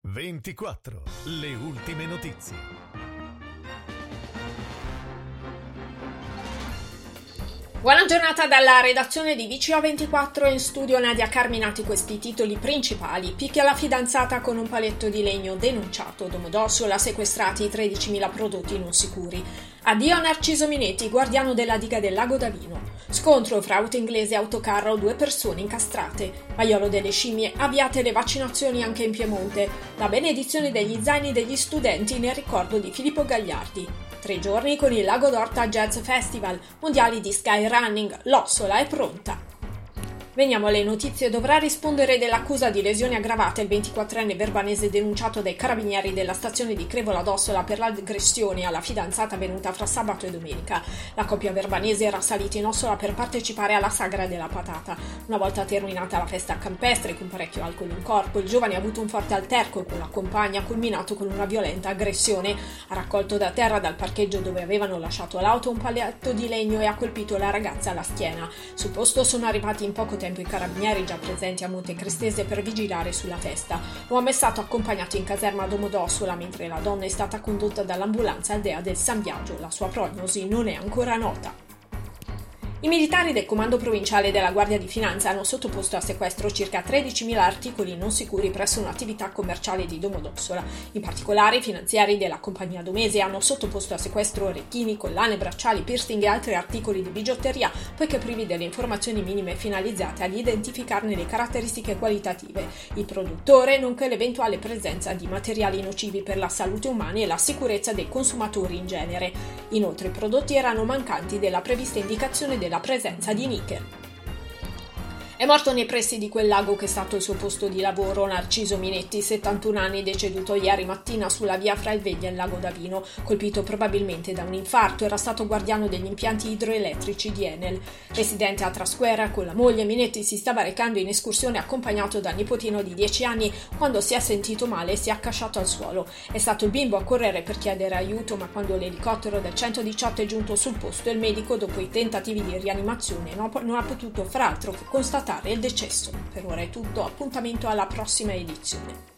24. Le ultime notizie. Buona giornata dalla redazione di VCO24, in studio Nadia Carminati. Questi titoli principali: picchia la fidanzata con un paletto di legno, denunciato Domodossola, sequestrati 13.000 prodotti non sicuri. Addio a Narciso Minetti, guardiano della diga del Lago d'Avino. Scontro fra auto inglese e autocarro, 2 persone incastrate. Maiolo delle scimmie, avviate le vaccinazioni anche in Piemonte. La benedizione degli zaini degli studenti nel ricordo di Filippo Gagliardi. 3 giorni con il Lago d'Orta Jazz Festival, mondiali di skyrunning, l'Ossola è pronta. Veniamo alle notizie. Dovrà rispondere dell'accusa di lesioni aggravate il 24enne verbanese denunciato dai carabinieri della stazione di Crevola d'Ossola per l'aggressione alla fidanzata avvenuta fra sabato e domenica. La coppia verbanese era salita in Ossola per partecipare alla Sagra della Patata. Una volta terminata la festa campestre con parecchio alcol in corpo, il giovane ha avuto un forte alterco con la compagna, culminato con una violenta aggressione. Ha raccolto da terra dal parcheggio dove avevano lasciato l'auto un paletto di legno e ha colpito la ragazza alla schiena. Sul posto sono arrivati in poco tempo i carabinieri già presenti a Montecrestese per vigilare sulla festa. L'uomo è stato accompagnato in caserma a Domodossola, mentre la donna è stata condotta dall'ambulanza al DEA del San Biagio. La sua prognosi non è ancora nota. I militari del comando provinciale della Guardia di Finanza hanno sottoposto a sequestro circa 13.000 articoli non sicuri presso un'attività commerciale di Domodossola. In particolare, i finanziari della compagnia domese hanno sottoposto a sequestro orecchini, collane, bracciali, piercing e altri articoli di bigiotteria, poiché privi delle informazioni minime finalizzate ad identificarne le caratteristiche qualitative, il produttore, nonché l'eventuale presenza di materiali nocivi per la salute umana e la sicurezza dei consumatori in genere. Inoltre, i prodotti erano mancanti della prevista indicazione della presenza di nichel. È morto nei pressi di quel lago che è stato il suo posto di lavoro Narciso Minetti, 71 anni, deceduto ieri mattina sulla via fra il Veglia e il Lago d'Avino, colpito probabilmente da un infarto. Era stato guardiano degli impianti idroelettrici di Enel. Residente a Trasquera con la moglie, Minetti si stava recando in escursione accompagnato dal nipotino di 10 anni quando si è sentito male e si è accasciato al suolo. È stato il bimbo a correre per chiedere aiuto, ma quando l'elicottero del 118 è giunto sul posto, il medico, dopo i tentativi di rianimazione, non ha potuto far altro che constatare il decesso. Per ora è tutto, appuntamento alla prossima edizione.